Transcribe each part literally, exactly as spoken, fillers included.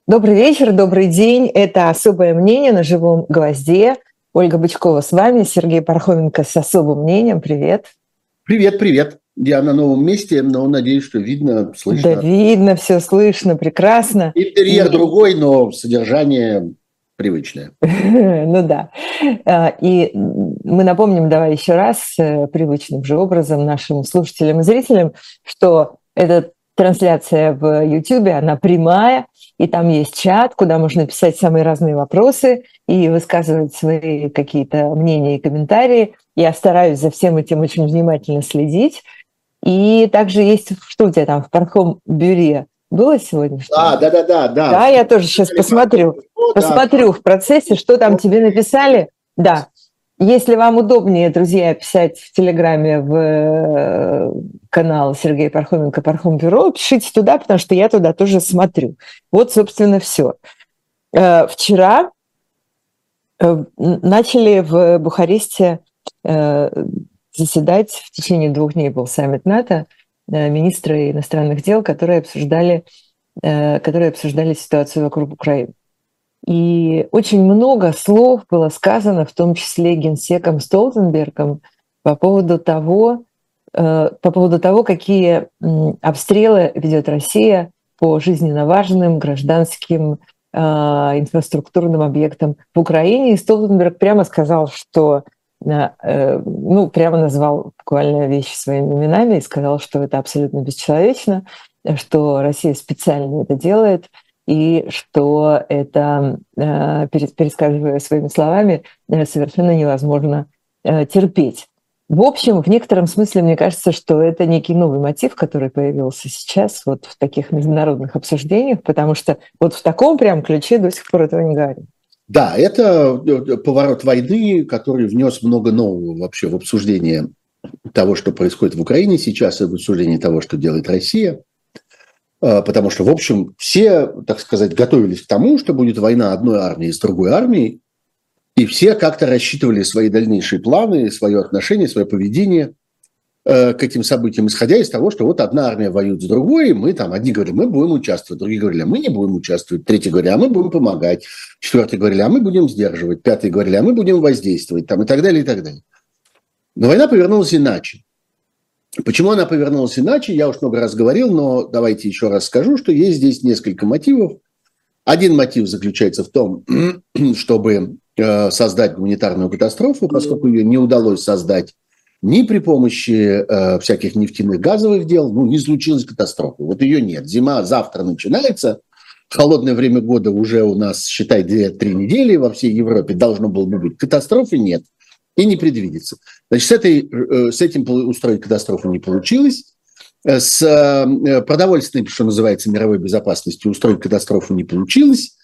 Добрый вечер, добрый день. Это «Особое мнение» на живом гвозде. Ольга Бычкова с вами, Сергей Пархоменко с особым мнением. Привет. Привет, привет. Я на новом месте, но надеюсь, что видно, Да слышно. видно, все слышно, прекрасно. Интерьер И... другой, но содержание привычное. Ну да. И мы напомним, давай еще раз, привычным же образом нашим слушателям и зрителям, что эта трансляция в YouTube, она прямая, и там есть чат, куда можно писать самые разные вопросы и высказывать свои какие-то мнения и комментарии. Я стараюсь за всем этим очень внимательно следить. И также есть, что у тебя там в Пархом-бюре было сегодня? А, да-да-да. Да, да, я тоже сейчас посмотрю. Посмотрю в процессе, что там тебе написали. Да. Если вам удобнее, друзья, писать в Телеграме в канал Сергея Пархоменко «Пархом Бюро», пишите туда, потому что я туда тоже смотрю. Вот, собственно, все. Вчера начали в Бухаресте заседать, в течение двух дней был саммит НАТО, министры иностранных дел, которые обсуждали, которые обсуждали ситуацию вокруг Украины. И очень много слов было сказано, в том числе генсеком Столтенбергом, по поводу того, по поводу того, какие обстрелы ведет Россия по жизненно важным гражданским инфраструктурным объектам в Украине. И Столтенберг прямо сказал, что, ну, прямо назвал буквально вещи своими именами и сказал, что это абсолютно бесчеловечно, что Россия специально это делает, и что это, пересказывая своими словами, совершенно невозможно терпеть. В общем, в некотором смысле, мне кажется, что это некий новый мотив, который появился сейчас вот в таких международных обсуждениях, потому что вот в таком прям ключе до сих пор этого не говорим. Да, это поворот войны, который внес много нового вообще в обсуждение того, что происходит в Украине сейчас, и в обсуждении того, что делает Россия. Потому что, в общем, все, так сказать, готовились к тому, что будет война одной армии с другой армией, и все как-то рассчитывали свои дальнейшие планы, свое отношение, свое поведение к этим событиям, исходя из того, что вот одна армия воюет с другой, и мы там, одни говорили, мы будем участвовать, другие говорили, а мы не будем участвовать, третьи говорили, а мы будем помогать, четвертые говорили, а мы будем сдерживать, пятые говорили, а мы будем воздействовать, там, и так далее, и так далее. Но война повернулась иначе. Почему она повернулась иначе, я уж много раз говорил, но давайте еще раз скажу, что есть здесь несколько мотивов. Один мотив заключается в том, чтобы создать гуманитарную катастрофу, поскольку ее не удалось создать ни при помощи э, всяких нефтяных газовых дел, ну, не случилась катастрофа. Вот ее нет. Зима завтра начинается, холодное время года уже у нас, считай, две-три недели во всей Европе должно было бы быть. Катастрофы нет и не предвидится. Значит, с, этой, э, с этим устроить катастрофу не получилось. С э, продовольственной, что называется, мировой безопасностью устроить катастрофу не получилось.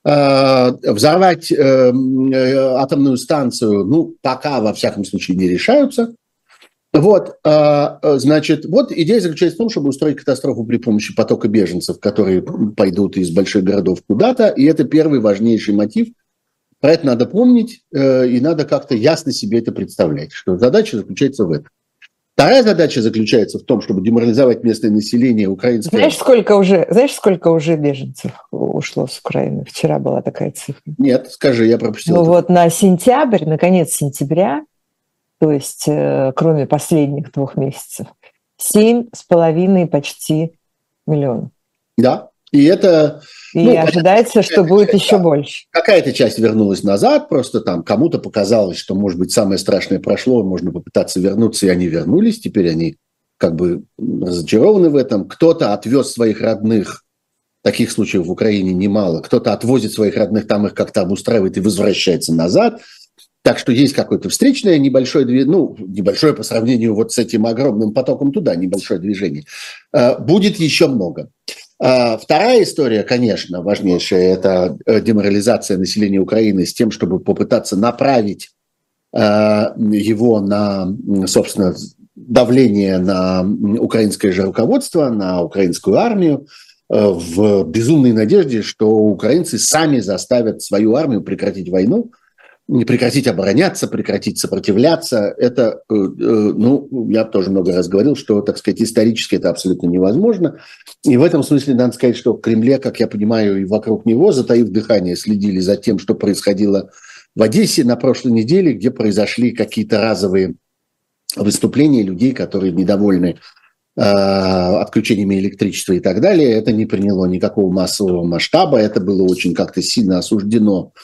Взорвать э, э, атомную станцию, ну, пока, во всяком случае, не решаются. Вот, э, значит, вот идея заключается в том, чтобы устроить катастрофу при помощи потока беженцев, которые пойдут из больших городов куда-то, и это первый важнейший мотив. Про это надо помнить, э, и надо как-то ясно себе это представлять, что задача заключается в этом. Вторая задача заключается в том, чтобы деморализовать местное население украинское. Знаешь, сколько уже, знаешь, сколько уже беженцев ушло с Украины? Вчера была такая цифра. Нет, скажи, я пропустил. Ну это. Вот на сентябрь, на конец сентября, то есть э, кроме последних двух месяцев, семь с половиной почти миллионов. Да, и это... И ну, ожидается, что будет часть, еще да, больше. Какая-то часть вернулась назад, просто там кому-то показалось, что, может быть, самое страшное прошло, можно попытаться вернуться, и они вернулись. Теперь они как бы разочарованы в этом. Кто-то отвез своих родных, таких случаев в Украине немало, кто-то отвозит своих родных, там их как-то обустраивает и возвращается назад. Так что есть какое-то встречное небольшое движение, ну, небольшое по сравнению вот с этим огромным потоком туда, небольшое движение. Будет еще много. Вторая история, конечно, важнейшая, это деморализация населения Украины с тем, чтобы попытаться направить его на, собственно, давление на украинское же руководство, на украинскую армию, в безумной надежде, что украинцы сами заставят свою армию прекратить войну, прекратить обороняться, прекратить сопротивляться. Это, ну, я тоже много раз говорил, что, так сказать, исторически это абсолютно невозможно. И в этом смысле надо сказать, что в Кремле, как я понимаю, и вокруг него, затаив дыхание, следили за тем, что происходило в Одессе на прошлой неделе, где произошли какие-то разовые выступления людей, которые недовольны э, отключениями электричества и так далее. Это не приняло никакого массового масштаба, это было очень как-то сильно осуждено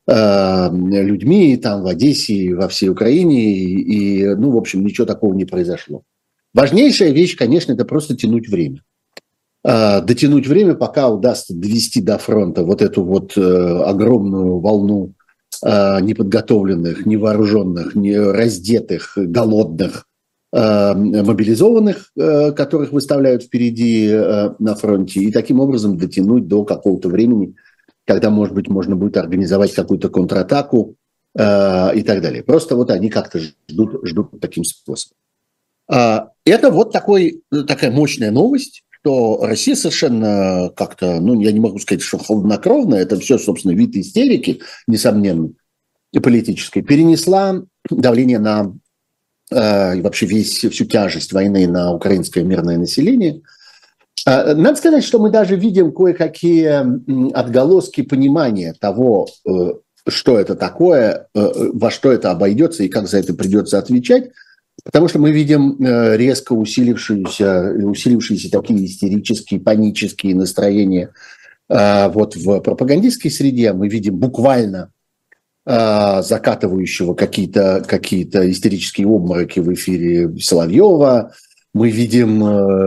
людьми там в Одессе и во всей Украине, и, и, ну, в общем, ничего такого не произошло. Важнейшая вещь, конечно, это просто тянуть время. Дотянуть время, пока удастся довести до фронта вот эту вот огромную волну неподготовленных, невооруженных, не раздетых, голодных, мобилизованных, которых выставляют впереди на фронте, и таким образом дотянуть до какого-то времени, когда, может быть, можно будет организовать какую-то контратаку э, и так далее. Просто вот они как-то ждут, ждут таким способом. А, это вот такой, такая мощная новость, что Россия совершенно как-то, ну, я не могу сказать, что хладнокровно, это все, собственно, вид истерики, несомненно, и политической, перенесла давление на э, вообще весь, всю тяжесть войны на украинское мирное население. Надо сказать, что мы даже видим кое-какие отголоски понимания того, что это такое, во что это обойдется и как за это придется отвечать, потому что мы видим резко усилившиеся, усилившиеся такие истерические, панические настроения вот в пропагандистской среде. Мы видим буквально закатывающего какие-то, какие-то истерические обмороки в эфире Соловьева. Мы видим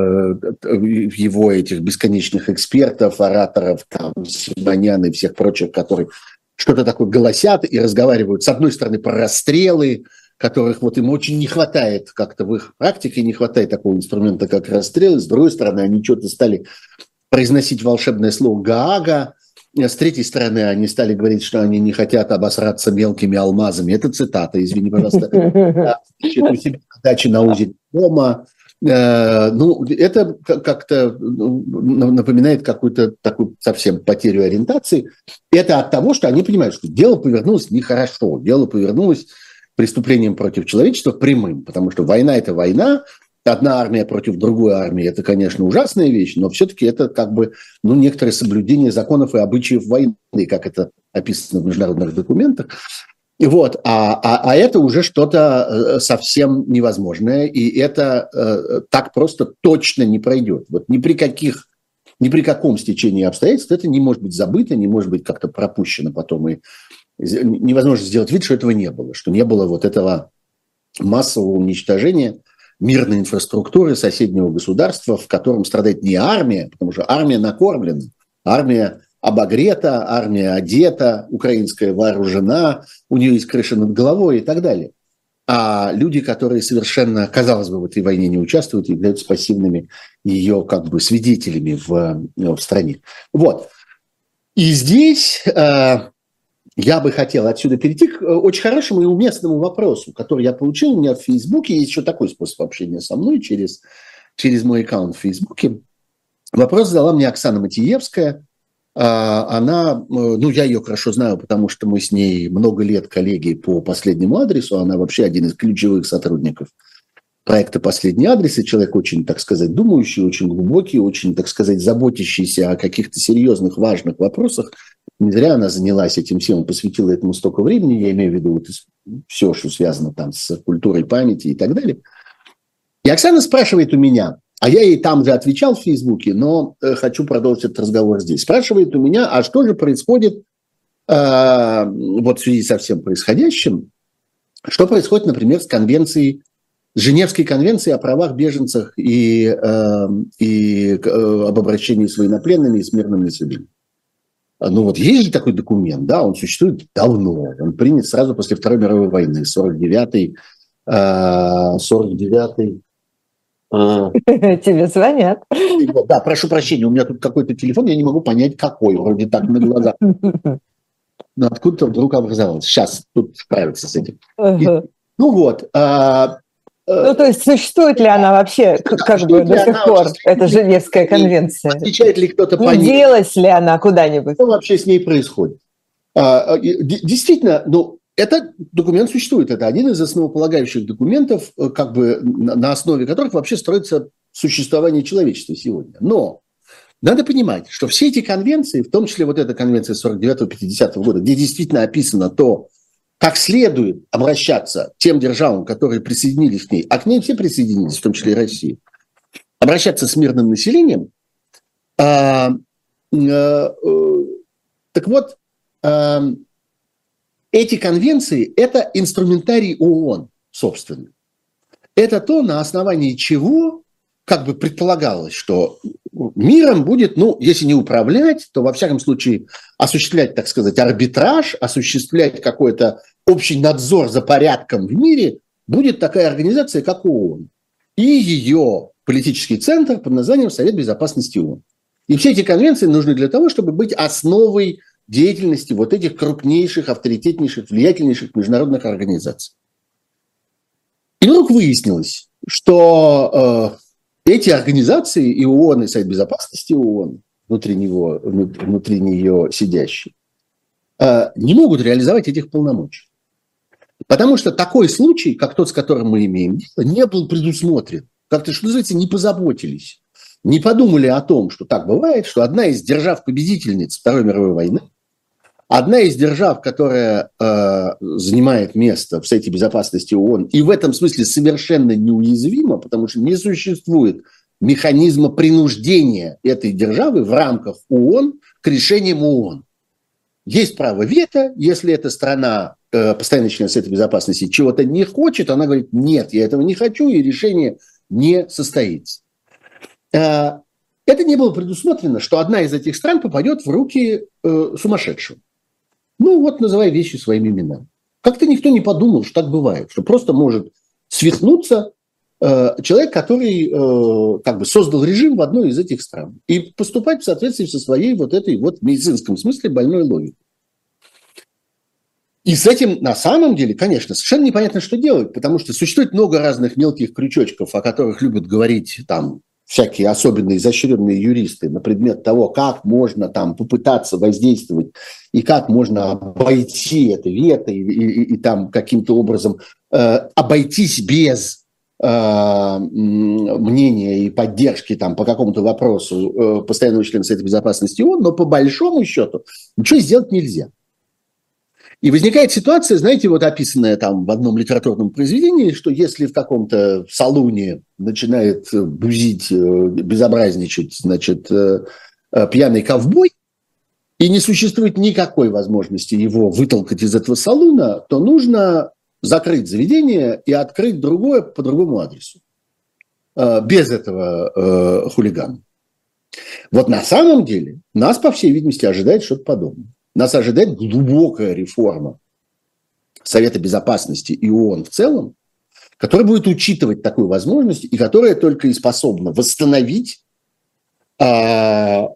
э, его этих бесконечных экспертов, ораторов, там, Симонян и всех прочих, которые что-то такое голосят и разговаривают, с одной стороны, про расстрелы, которых вот им очень не хватает, как-то в их практике не хватает такого инструмента, как расстрелы, с другой стороны, они что-то стали произносить волшебное слово «Гаага», с третьей стороны, они стали говорить, что они не хотят обосраться мелкими алмазами. Это цитата, извини, пожалуйста. У себя дачи на озере дома. Ну, это как-то напоминает какую-то такую совсем потерю ориентации. Это от того, что они понимают, что дело повернулось нехорошо, дело повернулось преступлением против человечества прямым, потому что война – это война, одна армия против другой армии – это, конечно, ужасная вещь, но все-таки это как бы, ну, некоторое соблюдение законов и обычаев войны, как это описано в международных документах. Вот, а, а, а это уже что-то совсем невозможное, и это э, так просто точно не пройдет. Вот ни при каких, ни при каком стечении обстоятельств это не может быть забыто, не может быть как-то пропущено потом, и невозможно сделать вид, что этого не было, что не было вот этого массового уничтожения мирной инфраструктуры соседнего государства, в котором страдает не армия, потому что армия накормлена, армия обогрета, армия одета, украинская вооружена, у нее есть крыша над головой и так далее. А люди, которые совершенно, казалось бы, в этой войне не участвуют, являются пассивными ее как бы свидетелями в, в стране. Вот. И здесь э, я бы хотел отсюда перейти к очень хорошему и уместному вопросу, который я получил у меня в Фейсбуке. Есть еще такой способ общения со мной через, через мой аккаунт в Фейсбуке. Вопрос задала мне Оксана Матиевская. Она, ну, я ее хорошо знаю, потому что мы с ней много лет коллеги по последнему адресу. Она вообще один из ключевых сотрудников проекта «Последний адрес». И человек очень, так сказать, думающий, очень глубокий, очень, так сказать, заботящийся о каких-то серьезных, важных вопросах. Не зря она занялась этим всем, посвятила этому столько времени. Я имею в виду вот все, что связано там с культурой памяти и так далее. И Оксана спрашивает у меня, а я ей там же отвечал в Фейсбуке, но э, хочу продолжить этот разговор здесь. Спрашивает у меня, а что же происходит э, вот в связи со всем происходящим? Что происходит, например, с конвенцией, с Женевской конвенцией о правах беженцев и, э, и э, об обращении с военнопленными и с мирным населением? Ну вот есть же такой документ, да, он существует давно, он принят сразу после Второй мировой войны, сорок девятый, сорок девятый. Тебе звонят. Да, прошу прощения, у меня тут какой-то телефон, я не могу понять, какой, вроде так на глазах. Но откуда-то вдруг образовался. Сейчас тут справиться с этим. И, ну вот. А, ну, то есть существует ли она вообще как, как бы до сих пор, эта Женевская конвенция? Отвечает ли кто-то по ней? Не делась ли она куда-нибудь? Что вообще с ней происходит? А, действительно, ну, Этот документ существует. Это один из основополагающих документов, как бы, на основе которых вообще строится существование человечества сегодня. Но надо понимать, что все эти конвенции, в том числе вот эта конвенция сорок девятого пятидесятого года, где действительно описано то, как следует обращаться к тем державам, которые присоединились к ней, а к ней все присоединились, в том числе и Россия, обращаться с мирным населением. А, а, а, так вот, а, эти конвенции – это инструментарий ООН, собственно. Это то, на основании чего как бы предполагалось, что миром будет, ну, если не управлять, то, во всяком случае, осуществлять, так сказать, арбитраж, осуществлять какой-то общий надзор за порядком в мире будет такая организация, как ООН. И ее политический центр под названием Совет Безопасности ООН. И все эти конвенции нужны для того, чтобы быть основой деятельности вот этих крупнейших, авторитетнейших, влиятельнейших международных организаций. И вдруг выяснилось, что э, эти организации, и ООН, и Совет Безопасности ООН, внутри, него, внутри нее сидящие, э, не могут реализовать этих полномочий. Потому что такой случай, как тот, с которым мы имеем дело, не был предусмотрен. Как-то, что называется, не позаботились. Не подумали о том, что так бывает, что одна из держав-победительниц Второй мировой войны, одна из держав, которая э, занимает место в Совете Безопасности ООН, и в этом смысле совершенно неуязвима, потому что не существует механизма принуждения этой державы в рамках ООН к решениям ООН. Есть право вето, если эта страна, э, постоянный член Совета Безопасности, чего-то не хочет, она говорит, нет, я этого не хочу, и решение не состоится. Э, это не было предусмотрено, что одна из этих стран попадет в руки э, сумасшедшего. Ну вот, называй вещи своими именами. Как-то никто не подумал, что так бывает, что просто может свихнуться э, человек, который э, как бы создал режим в одной из этих стран и поступать в соответствии со своей вот этой вот в медицинском смысле больной логикой. И с этим на самом деле, конечно, совершенно непонятно, что делать, потому что существует много разных мелких крючочков, о которых любят говорить там всякие особенно изощренные юристы на предмет того, как можно там попытаться воздействовать и как можно обойти это вето и, и, и там каким-то образом э, обойтись без э, мнения и поддержки там по какому-то вопросу э, постоянного члена Совета Безопасности ООН, но по большому счету ничего сделать нельзя. И возникает ситуация, знаете, вот описанная там в одном литературном произведении, что если в каком-то салуне начинает бузить, безобразничать, значит, пьяный ковбой, и не существует никакой возможности его вытолкать из этого салуна, то нужно закрыть заведение и открыть другое по другому адресу. Без этого хулигана. Вот на самом деле нас, по всей видимости, ожидает что-то подобное. Нас ожидает глубокая реформа Совета Безопасности и ООН в целом, которая будет учитывать такую возможность и которая только и способна восстановить э, э,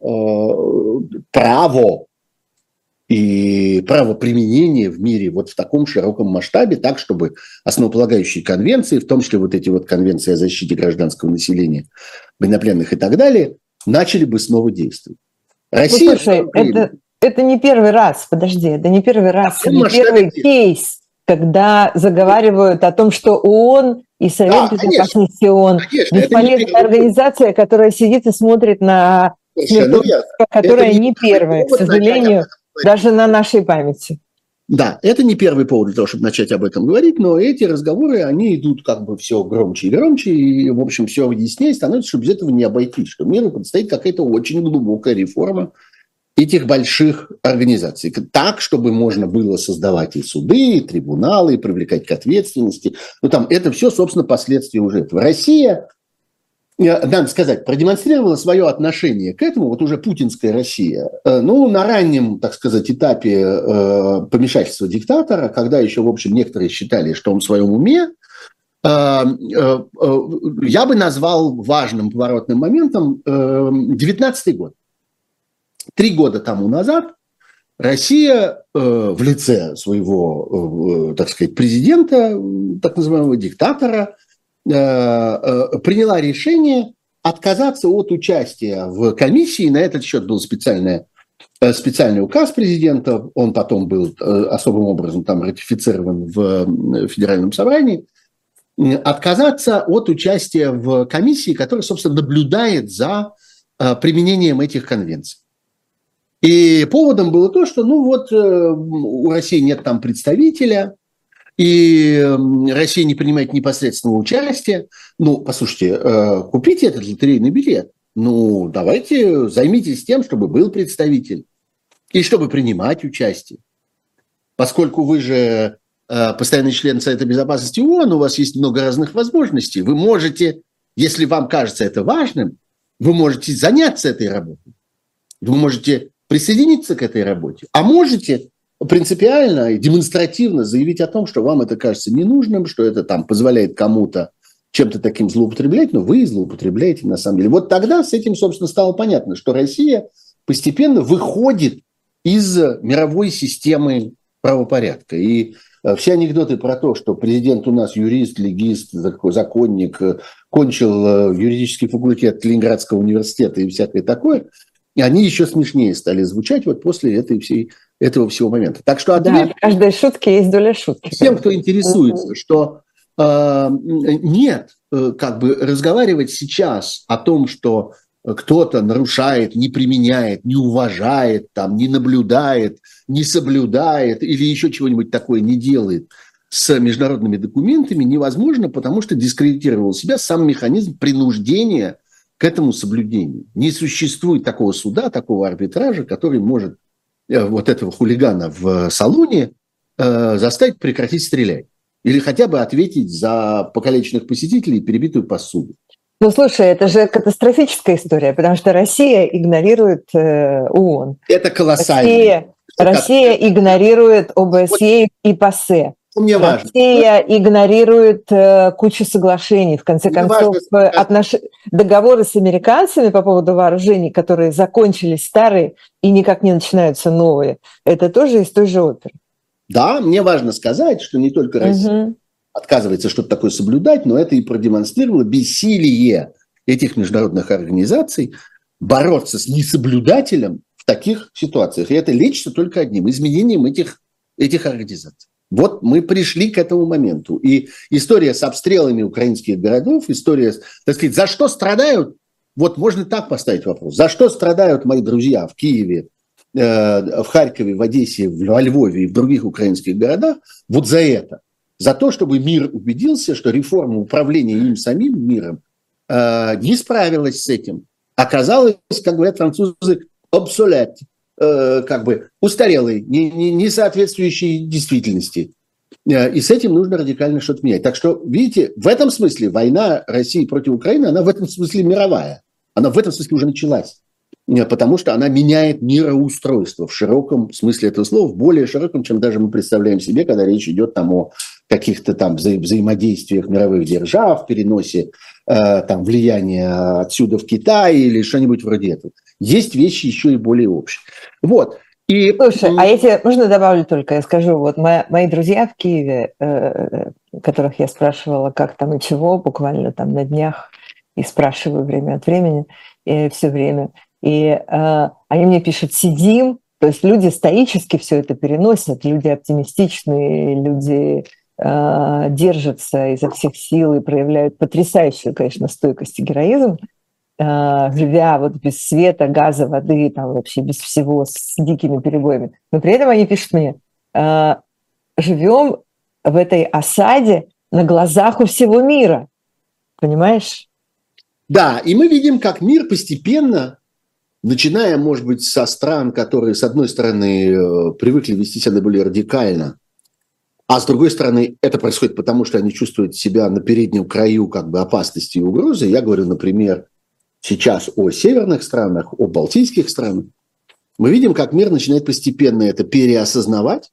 право и правоприменение в мире вот в таком широком масштабе, так, чтобы основополагающие конвенции, в том числе вот эти вот конвенции о защите гражданского населения, военнопленных и так далее, начали бы снова действовать. Россия... Ну, слушай, это... Это не первый раз, подожди, это не первый раз, не первый кейс, когда заговаривают о том, что ООН и Совет да, Безопасности ООН бесполезная организация, которая сидит и смотрит на смерть, которая не первая, к сожалению, даже на нашей памяти. Да, это не первый повод для того, чтобы начать об этом говорить, но эти разговоры, они идут как бы все громче и громче, и, в общем, все яснее становится, что без этого не обойтись, что миру предстоит какая-то очень глубокая реформа этих больших организаций. Так, чтобы можно было создавать и суды, и трибуналы, и привлекать к ответственности. Ну, там, это все, собственно, последствия уже этого. Россия, надо сказать, продемонстрировала свое отношение к этому, вот уже путинская Россия, ну, на раннем, так сказать, этапе помешательства диктатора, когда еще, в общем, некоторые считали, что он в своем уме, я бы назвал важным поворотным моментом девятнадцатый год. Три года тому назад Россия э, в лице своего, э, так сказать, президента, так называемого диктатора, э, э, приняла решение отказаться от участия в комиссии. На этот счет было специальное специальный указ президента, он потом был особым образом там ратифицирован в Федеральном собрании, отказаться от участия в комиссии, которая, собственно, наблюдает за применением этих конвенций. И поводом было то, что, ну вот, у России нет там представителя, и Россия не принимает непосредственного участия. Ну, послушайте, купите этот лотерейный билет. Ну, давайте займитесь тем, чтобы был представитель и чтобы принимать участие. Поскольку вы же постоянный член Совета Безопасности ООН, у вас есть много разных возможностей. Вы можете, если вам кажется это важным, вы можете заняться этой работой. Вы можете присоединиться к этой работе. А можете принципиально и демонстративно заявить о том, что вам это кажется ненужным, что это там позволяет кому-то чем-то таким злоупотреблять, но вы злоупотребляете на самом деле. Вот тогда с этим, собственно, стало понятно, что Россия постепенно выходит из мировой системы правопорядка. И все анекдоты про то, что президент у нас юрист, легист, законник, кончил юридический факультет Ленинградского университета и всякое такое, они еще смешнее стали звучать вот после этой всей, этого всего момента. Так что ответ... Да, в каждой шутке есть доля шутки. Всем, кто интересуется, что э, нет, э, как бы разговаривать сейчас о том, что кто-то нарушает, не применяет, не уважает, там, не наблюдает, не соблюдает или еще чего-нибудь такое не делает с международными документами, невозможно, потому что дискредитировал себя сам механизм принуждения к этому соблюдению. Не существует такого суда, такого арбитража, который может вот этого хулигана в салоне э, заставить прекратить стрелять. Или хотя бы ответить за покалеченных посетителей и перебитую посуду. Ну, слушай, это же катастрофическая история, потому что Россия игнорирует э, ООН. Это колоссально. Россия, Россия игнорирует ОБСЕ и ПАСЕ. Мне важно. Россия игнорирует э, кучу соглашений. В конце Мне концов, важно, отнош... договоры с американцами по поводу вооружений, которые закончились старые и никак не начинаются новые, это тоже из той же оперы. Да, мне важно сказать, что не только Россия угу. отказывается что-то такое соблюдать, но это и продемонстрировало бессилие этих международных организаций бороться с несоблюдателем в таких ситуациях. И это лечится только одним – изменением этих, этих организаций. Вот мы пришли к этому моменту. И история с обстрелами украинских городов, история, так сказать, за что страдают, вот можно так поставить вопрос, за что страдают мои друзья в Киеве, э, в Харькове, в Одессе, во Львове и в других украинских городах, вот за это. За то, чтобы мир убедился, что реформа управления им самим миром э, не справилась с этим. Оказалось, как говорят французы, obsolete. Как бы устарелый, не, не, не соответствующий действительности. И с этим нужно радикально что-то менять. Так что, видите, в этом смысле война России против Украины, она в этом смысле мировая. Она в этом смысле уже началась. Потому что она меняет мироустройство в широком смысле этого слова, в более широком, чем даже мы представляем себе, когда речь идет там о каких-то там вза- взаимодействиях мировых держав, переносе э, там, влияния отсюда в Китай или что-нибудь вроде этого. Есть вещи еще и более общие. Вот. И... Слушай, а если можно добавлю только, я скажу, вот мои, мои друзья в Киеве, э, которых я спрашивала, как там и чего, буквально там на днях, и спрашиваю время от времени, и все время, и э, они мне пишут: сидим, то есть люди стоически все это переносят, люди оптимистичные, люди э, держатся изо всех сил и проявляют потрясающую, конечно, стойкость и героизм, живя вот без света, газа, воды, там вообще без всего, с дикими перебоями. Но при этом они пишут мне: живем в этой осаде на глазах у всего мира. Понимаешь? Да, и мы видим, как мир постепенно, начиная, может быть, со стран, которые, с одной стороны, привыкли вести себя более радикально, а с другой стороны, это происходит потому, что они чувствуют себя на переднем краю как бы опасности и угрозы. Я говорю, например, сейчас о северных странах, о балтийских странах, мы видим, как мир начинает постепенно это переосознавать.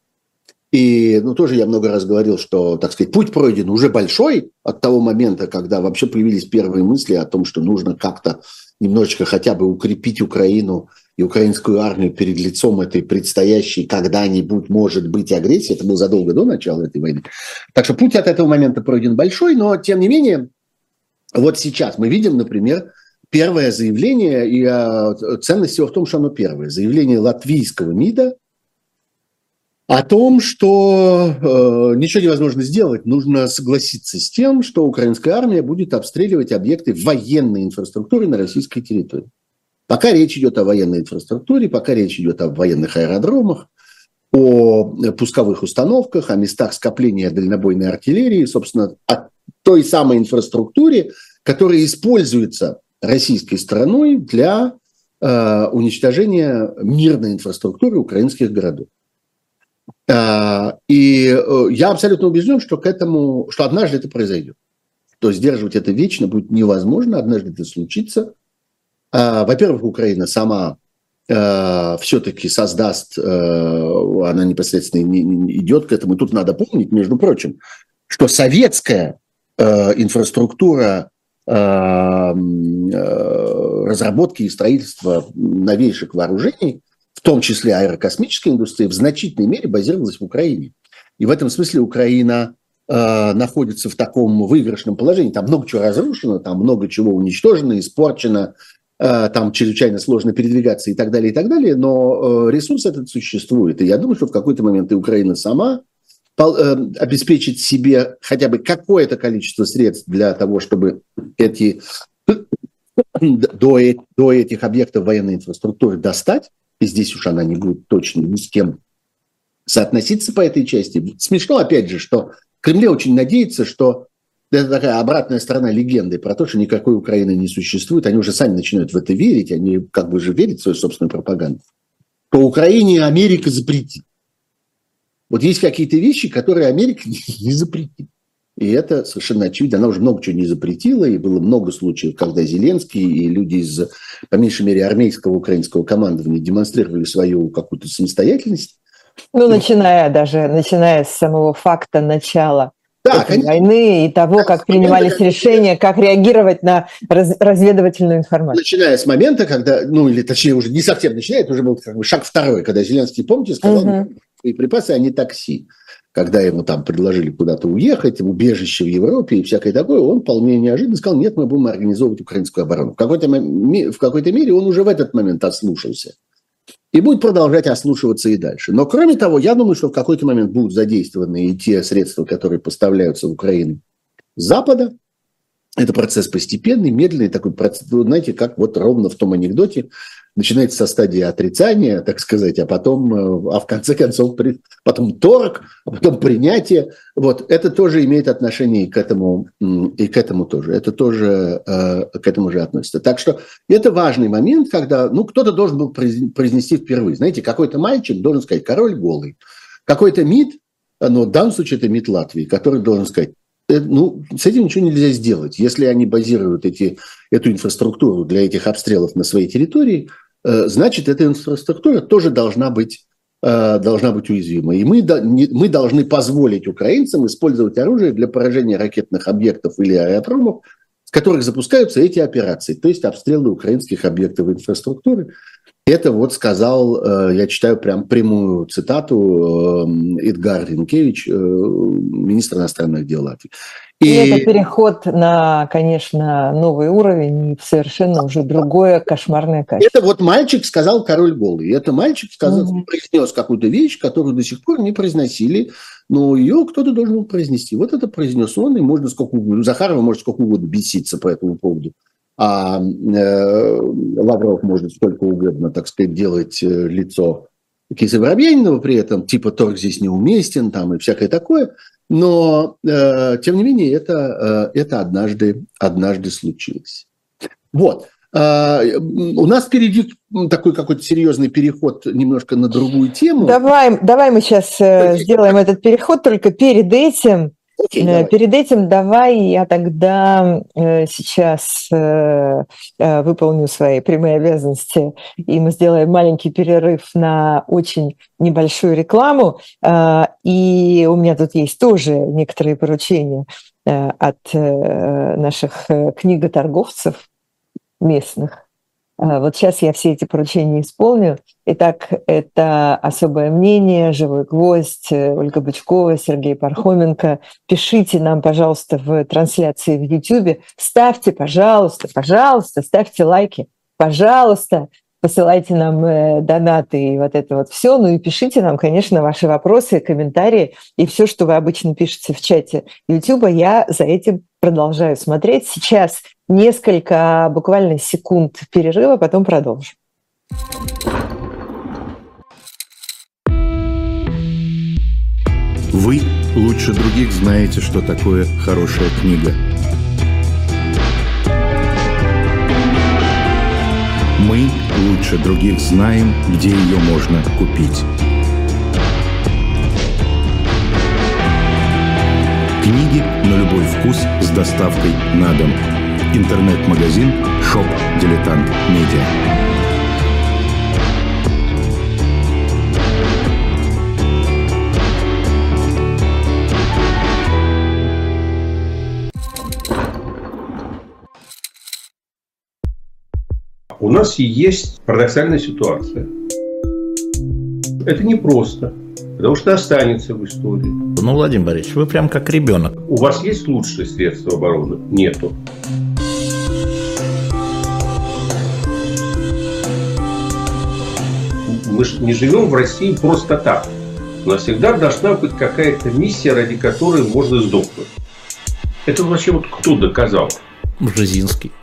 И, ну, тоже я много раз говорил, что, так сказать, путь пройден уже большой от того момента, когда вообще появились первые мысли о том, что нужно как-то немножечко хотя бы укрепить Украину и украинскую армию перед лицом этой предстоящей когда-нибудь, может быть, агрессии. Это было задолго до начала этой войны. Так что путь от этого момента пройден большой, но, тем не менее, вот сейчас мы видим, например, первое заявление, и э, ценность его в том, что оно первое. Заявление латвийского МИДа о том, что э, ничего невозможно сделать, нужно согласиться с тем, что украинская армия будет обстреливать объекты военной инфраструктуры на российской территории. Пока речь идет о военной инфраструктуре, пока речь идет о военных аэродромах, о пусковых установках, о местах скопления дальнобойной артиллерии, собственно, о той самой инфраструктуре, которая используется российской стороной для э, уничтожения мирной инфраструктуры украинских городов. Э, и э, я абсолютно убежден, что к этому, что однажды это произойдет. То есть сдерживать это вечно будет невозможно, однажды это случится. Э, во-первых, Украина сама э, все-таки создаст, э, она непосредственно не, не идет к этому. И тут надо помнить, между прочим, что советская э, инфраструктура разработки и строительства новейших вооружений, в том числе аэрокосмической индустрии, в значительной мере базировалась в Украине. И в этом смысле Украина э, находится в таком выигрышном положении. Там много чего разрушено, там много чего уничтожено, испорчено, э, там чрезвычайно сложно передвигаться и так далее, и так далее. Но э, ресурс этот существует. И я думаю, что в какой-то момент и Украина сама обеспечить себе хотя бы какое-то количество средств для того, чтобы эти, до, до этих объектов военной инфраструктуры достать, и здесь уж она не будет точно ни с кем соотноситься по этой части. Смешно, опять же, что в Кремле очень надеется, что это такая обратная сторона легенды про то, что никакой Украины не существует. Они уже сами начинают в это верить, они как бы же верят в свою собственную пропаганду. По Украине Америка запретит. Вот есть какие-то вещи, которые Америка не запретит. И это совершенно очевидно. Она уже много чего не запретила, и было много случаев, когда Зеленский и люди из, по меньшей мере, армейского украинского командования демонстрировали свою какую-то самостоятельность. Ну, начиная даже, начиная с самого факта начала да, этой войны и того, как принимались момента, решения, как реагировать на раз, разведывательную информацию. Начиная с момента, когда, ну, или точнее уже не совсем начиная, это уже был как бы шаг второй, когда Зеленский, помните, сказал, угу. боеприпасы, а не такси. Когда ему там предложили куда-то уехать, убежище в Европе и всякое такое, он вполне неожиданно сказал, нет, мы будем организовывать украинскую оборону. В какой-то, в какой-то мере он уже в этот момент ослушался. И будет продолжать ослушиваться и дальше. Но кроме того, я думаю, что в какой-то момент будут задействованы и те средства, которые поставляются в Украину с Запада. Это процесс постепенный, медленный такой процесс, знаете, как вот ровно в том анекдоте, начинается со стадии отрицания, так сказать, а потом, а в конце концов, потом торг, а потом принятие. Вот это тоже имеет отношение и к этому, и к этому тоже. Это тоже к этому же относится. Так что это важный момент, когда, ну, кто-то должен был произнести впервые. Знаете, какой-то мальчик должен сказать «король голый». Какой-то МИД, но в данном случае это МИД Латвии, который должен сказать, ну, с этим ничего нельзя сделать. Если они базируют эти, эту инфраструктуру для этих обстрелов на своей территории, э, значит, эта инфраструктура тоже должна быть, э, должна быть уязвима. И мы, до, не, мы должны позволить украинцам использовать оружие для поражения ракетных объектов или аэродромов, с которых запускаются эти операции, то есть обстрелы украинских объектов инфраструктуры. Это вот сказал, я читаю прям прямую цитату, Эдгар Ринкевич, министр иностранных дел Латвии. И, и это переход на, конечно, новый уровень и совершенно уже другое кошмарное качество. Это вот мальчик сказал «король голый». И это мальчик сказал, угу. произнес какую-то вещь, которую до сих пор не произносили, но ее кто-то должен был произнести. Вот это произнес он, и можно сколько угодно, Захарова может сколько угодно беситься по этому поводу. А э, Лавров может сколько угодно, так сказать, делать э, лицо Кисы Воробьянинова при этом, типа торг здесь неуместен, там и всякое такое. Но, э, тем не менее, это, э, это однажды, однажды случилось. Вот. Э, у нас впереди такой какой-то серьезный переход немножко на другую тему. Давай, давай мы сейчас э, сделаем этот переход, только перед этим... Okay, давай. Перед этим давай я тогда э, сейчас э, э, выполню свои прямые обязанности, и мы сделаем маленький перерыв на очень небольшую рекламу. Э, и у меня тут есть тоже некоторые поручения э, от э, наших книготорговцев местных. Вот сейчас я все эти поручения исполню. Итак, это «Особое мнение», «Живой гвоздь», Ольга Бычкова, Сергей Пархоменко. Пишите нам, пожалуйста, в трансляции в YouTube. Ставьте, пожалуйста, пожалуйста, ставьте лайки. Пожалуйста, посылайте нам э, донаты и вот это вот все. Ну и пишите нам, конечно, ваши вопросы, комментарии и все, что вы обычно пишете в чате YouTube. Я за этим продолжаю смотреть. Сейчас несколько, буквально секунд перерыва, потом продолжим. Вы лучше других знаете, что такое хорошая книга. Мы лучше других знаем, где ее можно купить. Книги на любой вкус с доставкой на дом. Интернет-магазин «Шоп Дилетант Медиа». У нас есть парадоксальная ситуация. Это непросто, потому что останется в истории. Ну, Владимир Борисович, вы прям как ребенок. У вас есть лучшие средства обороны? Нету. Мы же не живем в России просто так. У нас всегда должна быть какая-то миссия, ради которой можно сдохнуть. Это вообще вот кто доказал? Бжезинский.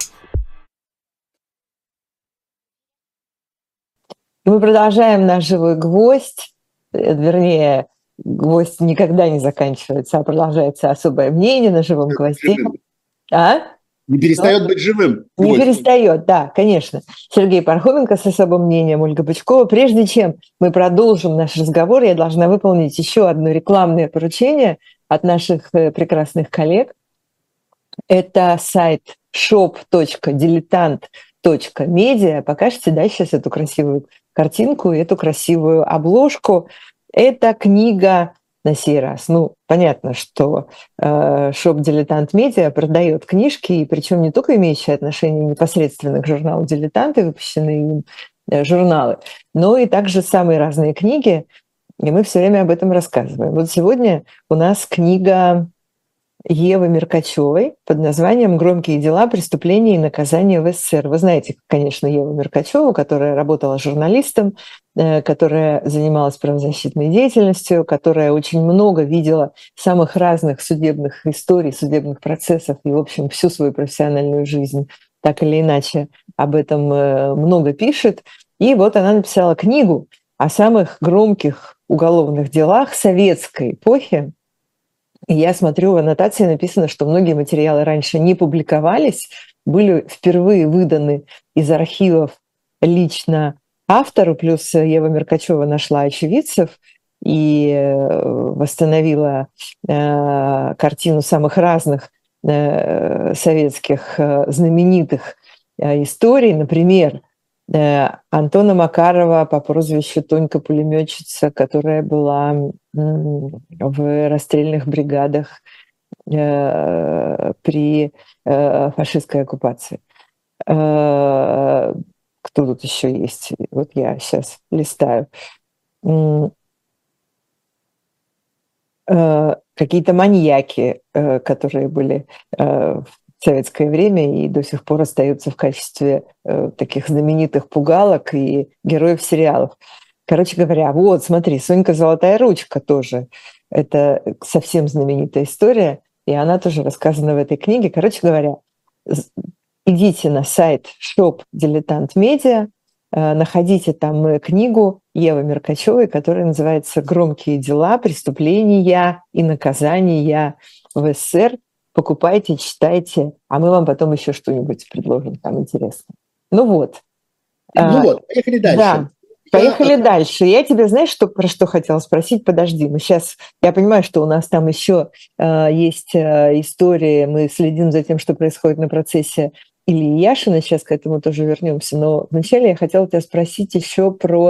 Мы продолжаем наш «Живой гвоздь», вернее, гвоздь никогда не заканчивается, а продолжается «Особое мнение» на «Живом гвозде». А? Не перестает быть живым. Не перестает, да, конечно. Сергей Пархоменко с «Особым мнением», Ольга Бычкова. Прежде чем мы продолжим наш разговор, я должна выполнить еще одно рекламное поручение от наших прекрасных коллег. Это сайт шоп точка дилетант точка медиа. Покажите, да, сейчас эту красивую картинку, эту красивую обложку. Это книга на сей раз. Ну, понятно, что э, Шоп Дилетант Медиа продает книжки, и причем не только имеющие отношение непосредственно к журналу «Дилетанты», выпущенные им э, журналы, но и также самые разные книги, и мы все время об этом рассказываем. Вот сегодня у нас книга Евы Меркачевой под названием «Громкие дела, преступления и наказания в СССР». Вы знаете, конечно, Еву Меркачеву, которая работала журналистом, которая занималась правозащитной деятельностью, которая очень много видела самых разных судебных историй, судебных процессов и, в общем, всю свою профессиональную жизнь так или иначе об этом много пишет. И вот она написала книгу о самых громких уголовных делах советской эпохи. И я смотрю, в аннотации написано, что многие материалы раньше не публиковались, были впервые выданы из архивов лично автору, плюс Ева Меркачева нашла очевидцев и восстановила э, картину самых разных э, советских э, знаменитых э, историй. Например, э, Антона Макарова по прозвищу Тонька пулемётчица, которая была э, в расстрельных бригадах э, при э, фашистской оккупации. Э, Кто тут еще есть? Вот я сейчас листаю. Какие-то маньяки, которые были в советское время и до сих пор остаются в качестве таких знаменитых пугалок и героев сериалов. Короче говоря, вот, смотри, Сонька Золотая ручка тоже. Это совсем знаменитая история, и она тоже рассказана в этой книге. Короче говоря, идите на сайт Шоп Дилетант Медиа, находите там книгу Евы Меркачевой, которая называется «Громкие дела, преступления и наказания в СССР». Покупайте, читайте, а мы вам потом еще что-нибудь предложим там интересно. Ну вот. Ну вот, поехали дальше. Да. Поехали я... дальше. Я тебе, знаешь, что, про что хотела спросить? Подожди, мы сейчас... Я понимаю, что у нас там еще э, есть э, истории, мы следим за тем, что происходит на процессе Ильи Яшина, сейчас к этому тоже вернемся. Но вначале я хотела тебя спросить еще про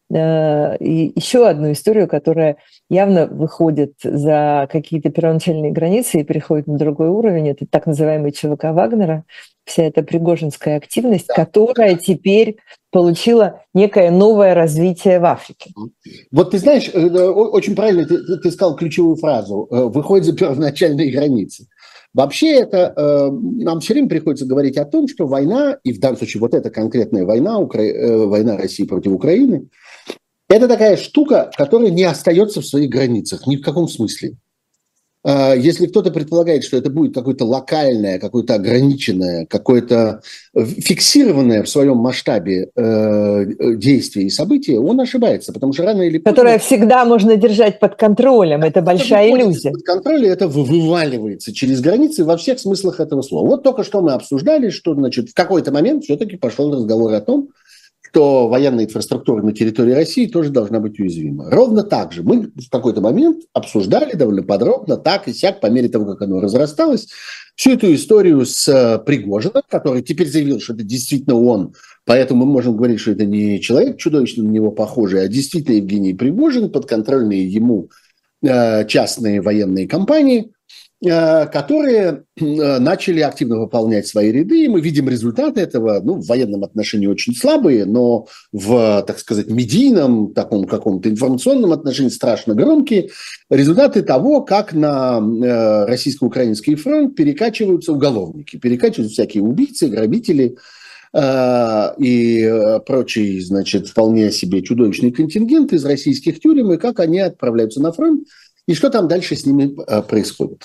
и еще одну историю, которая явно выходит за какие-то первоначальные границы и переходит на другой уровень. Это так называемый ЧВК Вагнера, вся эта пригожинская активность, да, которая теперь получила некое новое развитие в Африке. Вот ты знаешь, очень правильно ты, ты сказал ключевую фразу «выходит за первоначальные границы». Вообще это нам все время приходится говорить о том, что война, и в данном случае вот эта конкретная война, Укра... война России против Украины, это такая штука, которая не остается в своих границах ни в каком смысле. Если кто-то предполагает, что это будет какое-то локальное, какое-то ограниченное, какое-то фиксированное в своем масштабе э, действие и событие, он ошибается, потому что рано или поздно... Которое всегда можно держать под контролем, это большая иллюзия. Под контролем это вываливается через границы во всех смыслах этого слова. Вот только что мы обсуждали, что, значит, в какой-то момент все-таки пошел разговор о том, что военная инфраструктура на территории России тоже должна быть уязвима. Ровно так же мы в какой-то момент обсуждали довольно подробно, так и сяк, по мере того, как оно разрасталось, всю эту историю с Пригожиным, который теперь заявил, что это действительно он, поэтому мы можем говорить, что это не человек чудовищно на него похожий, а действительно Евгений Пригожин, подконтрольные ему частные военные компании, которые начали активно выполнять свои ряды, и мы видим результаты этого, ну, в военном отношении очень слабые, но в, так сказать, медийном, таком каком-то информационном отношении страшно громкие, результаты того, как на российско-украинский фронт перекачиваются уголовники, перекачиваются всякие убийцы, грабители и прочий, значит, вполне себе чудовищный контингент из российских тюрем, и как они отправляются на фронт, и что там дальше с ними происходит.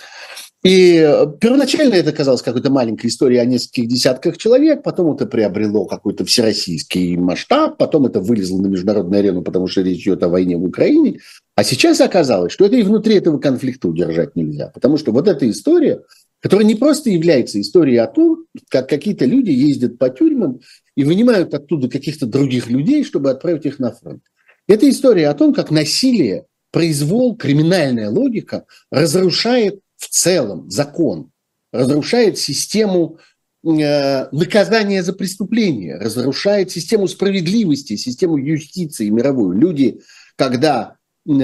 И первоначально это казалось какой-то маленькой историей о нескольких десятках человек, потом это приобрело какой-то всероссийский масштаб, потом это вылезло на международную арену, потому что речь идет о войне в Украине. А сейчас оказалось, что это и внутри этого конфликта удержать нельзя, потому что вот эта история, которая не просто является историей о том, как какие-то люди ездят по тюрьмам и вынимают оттуда каких-то других людей, чтобы отправить их на фронт. Это история о том, как насилие, произвол, криминальная логика разрушает в целом закон, разрушает систему э, наказания за преступление, разрушает систему справедливости, систему юстиции мировую. Люди, когда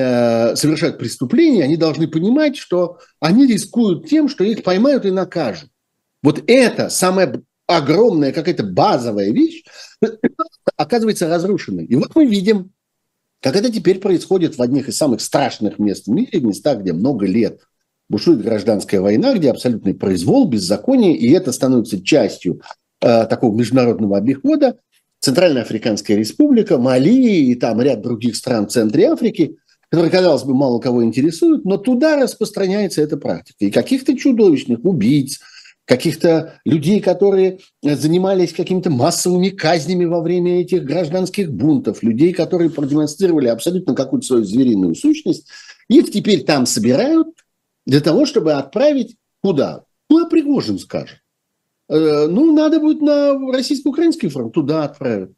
э, совершают преступления, они должны понимать, что они рискуют тем, что их поймают и накажут. Вот это самая огромная какая-то базовая вещь оказывается разрушенной. И вот мы видим, как это теперь происходит в одних из самых страшных мест в мире, в местах, где много лет бушует гражданская война, где абсолютный произвол, беззаконие, и это становится частью э, такого международного обихода. Центральная Африканская Республика, Мали и там ряд других стран в центре Африки, которые, казалось бы, мало кого интересуют, но туда распространяется эта практика. И каких-то чудовищных убийц, каких-то людей, которые занимались какими-то массовыми казнями во время этих гражданских бунтов, людей, которые продемонстрировали абсолютно какую-то свою звериную сущность, их теперь там собирают для того, чтобы отправить куда? Куда Пригожин скажет. Э, ну, надо будет на российско-украинский фронт, туда отправят.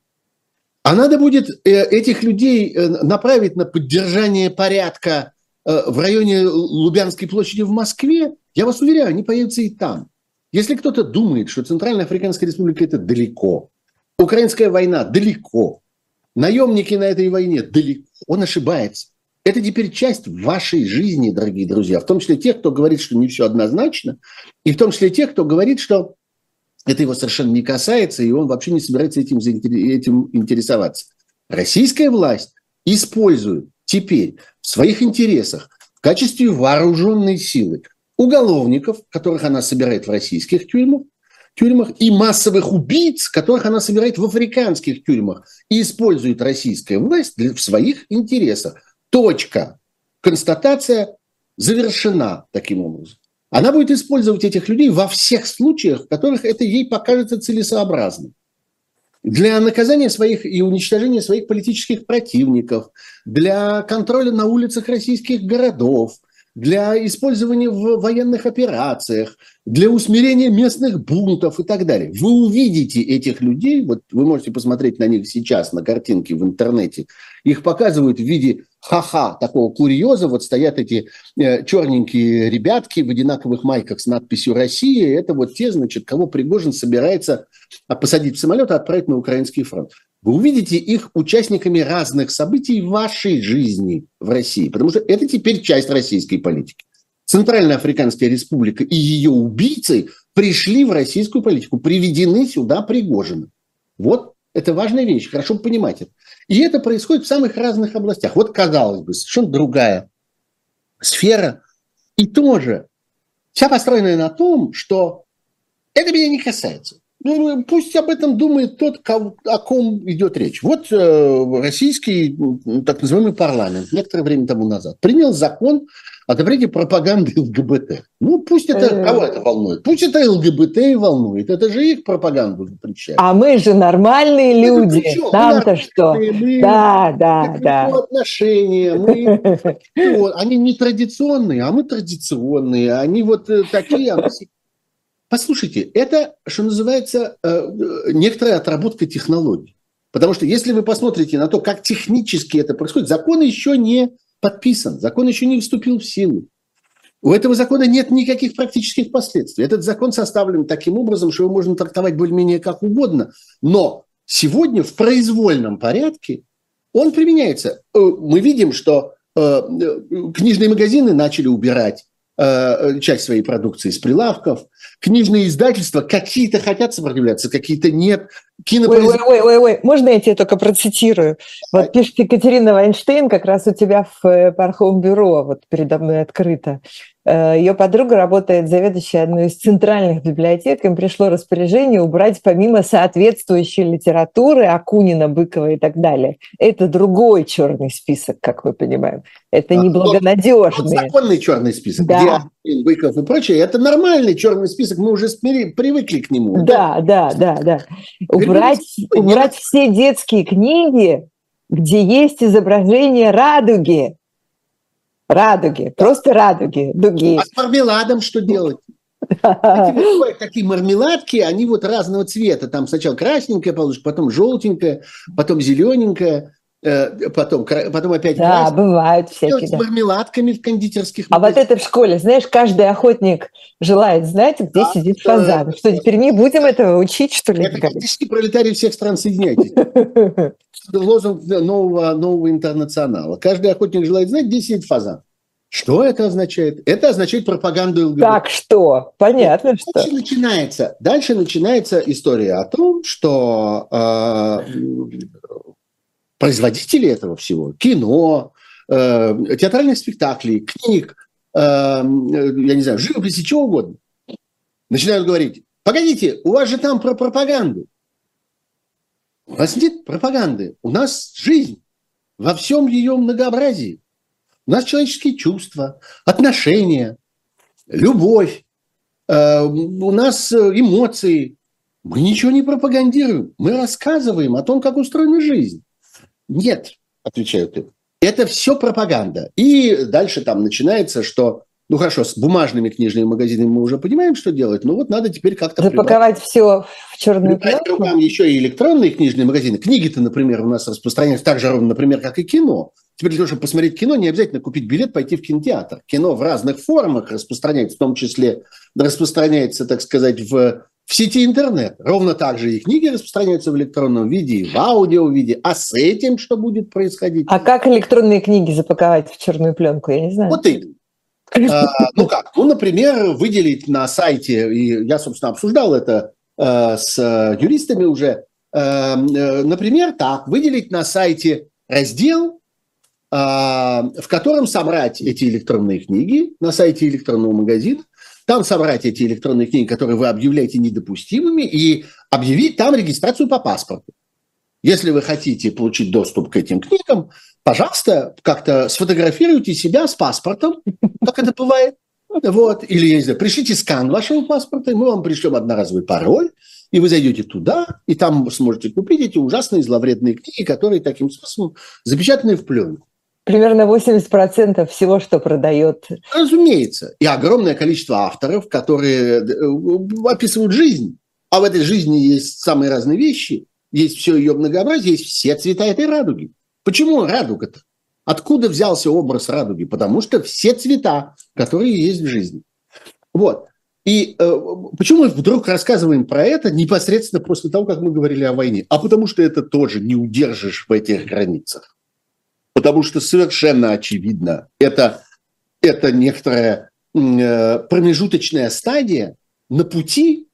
А надо будет э, этих людей э, направить на поддержание порядка э, в районе Лубянской площади в Москве. Я вас уверяю, они появятся и там. Если кто-то думает, что Центральная Африканская Республика – это далеко, украинская война – далеко, наемники на этой войне – далеко, он ошибается. Это теперь часть вашей жизни, дорогие друзья, в том числе тех, кто говорит, что не все однозначно, и в том числе тех, кто говорит, что это его совершенно не касается, и он вообще не собирается этим, этим интересоваться. Российская власть использует теперь в своих интересах в качестве вооруженной силы уголовников, которых она собирает в российских тюрьмах, тюрьмах, и массовых убийц, которых она собирает в африканских тюрьмах, и использует российская власть для, в своих интересах. Точка. Констатация завершена таким образом. Она будет использовать этих людей во всех случаях, в которых это ей покажется целесообразным. Для наказания своих и уничтожения своих политических противников, для контроля на улицах российских городов, для использования в военных операциях, для усмирения местных бунтов и так далее. Вы увидите этих людей, вот вы можете посмотреть на них сейчас, на картинке в интернете, их показывают в виде ха-ха, такого курьеза, вот стоят эти э, черненькие ребятки в одинаковых майках с надписью «Россия», это вот те, значит, кого Пригожин собирается посадить в самолет и отправить на украинский фронт. вы увидите их участниками разных событий в вашей жизни в России, потому что это теперь часть российской политики. Центральноафриканская республика и ее убийцы пришли в российскую политику, приведены сюда Пригожиным. Вот это важная вещь, хорошо понимать это. И это происходит в самых разных областях. Вот, казалось бы, совершенно другая сфера. И тоже вся построенная на том, что это меня не касается. Ну, пусть об этом думает тот, о ком идет речь. Вот э, российский так называемый парламент некоторое время тому назад принял закон о запрете пропаганды ЛГБТ. Ну, пусть это, кого это волнует? Пусть это ЛГБТ и волнует. Это же их пропаганду запрещают. А мы же нормальные люди. Нам-то что? Мы, да, да, да. Отношения. Мы, вот, они не традиционные, а мы традиционные. Они вот такие... Послушайте, это, что называется, некоторая отработка технологий. Потому что если вы посмотрите на то, как технически это происходит, закон еще не подписан, закон еще не вступил в силу. У этого закона нет никаких практических последствий. Этот закон составлен таким образом, что его можно трактовать более-менее как угодно. Но сегодня в произвольном порядке он применяется. Мы видим, что книжные магазины начали убирать часть своей продукции с прилавков. Книжные издательства какие-то хотят сопротивляться, какие-то нет. Кинопроиз... Ой, ой, ой, ой, можно я тебе только процитирую? Вот пишет Екатерина Вайнштейн, как раз у тебя в Пархом бюро, вот передо мной открыто. Ее подруга работает заведующей одной из центральных библиотек, им пришло распоряжение убрать помимо соответствующей литературы Акунина, Быкова и так далее. Это другой черный список, как мы понимаем. Это неблагонадежный. Вот законный черный список, да. Где Быков и прочее, это нормальный черный список, мы уже привыкли к нему. Да, да, да, да. да. Убрать, убрать все детские книги, где есть изображение радуги. Радуги, просто радуги, дуги. А с мармеладом что делать? Такие, такие мармеладки, они вот разного цвета. Там сначала красненькая получишь, потом желтенькая, потом зелененькая, потом, потом опять да, красненькая. Бывают всякие. С да. мармеладками в кондитерских магазинах. А вот это в школе, знаешь, каждый охотник желает знать, где да, сидит фазан. Да, что, теперь не будем этого учить, что ли? Это практически пролетарии всех стран, соединяйтесь. Лозунг нового, нового интернационала. Каждый охотник желает знать, где сидит фазан. Что это означает? Это означает пропаганду ЛГБТ. Так что? Понятно, дальше что. Начинается, дальше начинается история о том, что э, производители этого всего, кино, э, театральных спектаклей, книг, э, я не знаю, живописи, чего угодно, начинают говорить: погодите, у вас же там про пропаганду. У нас нет пропаганды, у нас жизнь во всем ее многообразии. У нас человеческие чувства, отношения, любовь, э, у нас эмоции. Мы ничего не пропагандируем, мы рассказываем о том, как устроена жизнь. Нет, отвечают им, это все пропаганда. И дальше там начинается, что, ну хорошо, с бумажными книжными магазинами мы уже понимаем, что делать, но вот надо теперь как-то... Запаковать все в черную пленку? Там еще и электронные книжные магазины. Книги-то, например, у нас распространяются так же ровно, например, как и кино. Теперь для того, чтобы посмотреть кино, не обязательно купить билет, пойти в кинотеатр. Кино в разных формах распространяется, в том числе распространяется, так сказать, в, в сети интернет. Ровно так же и книги распространяются в электронном виде, и в аудио-виде. А с этим что будет происходить? А как электронные книги запаковать в черную пленку? Я не знаю. Вот именно. А, ну как? Ну, например, выделить на сайте, и я, собственно, обсуждал это а, с юристами уже, а, например, так, выделить на сайте раздел, в котором собрать эти электронные книги на сайте электронного магазина, там собрать эти электронные книги, которые вы объявляете недопустимыми, и объявить там регистрацию по паспорту. Если вы хотите получить доступ к этим книгам, пожалуйста, как-то сфотографируйте себя с паспортом, как это бывает. Вот. Или, я не знаю, пришлите скан вашего паспорта, и мы вам пришлем одноразовый пароль, и вы зайдете туда, и там сможете купить эти ужасные зловредные книги, которые таким способом запечатаны в пленку. Примерно восемьдесят процентов всего, что продает. Разумеется. И огромное количество авторов, которые описывают жизнь. А в этой жизни есть самые разные вещи. Есть все ее многообразие, есть все цвета этой радуги. Почему радуга-то? Откуда взялся образ радуги? Потому что все цвета, которые есть в жизни. Вот. И э, почему мы вдруг рассказываем про это непосредственно после того, как мы говорили о войне? А потому что это тоже не удержишь в этих границах. Потому что совершенно очевидно, это, это некоторая э, промежуточная стадия на пути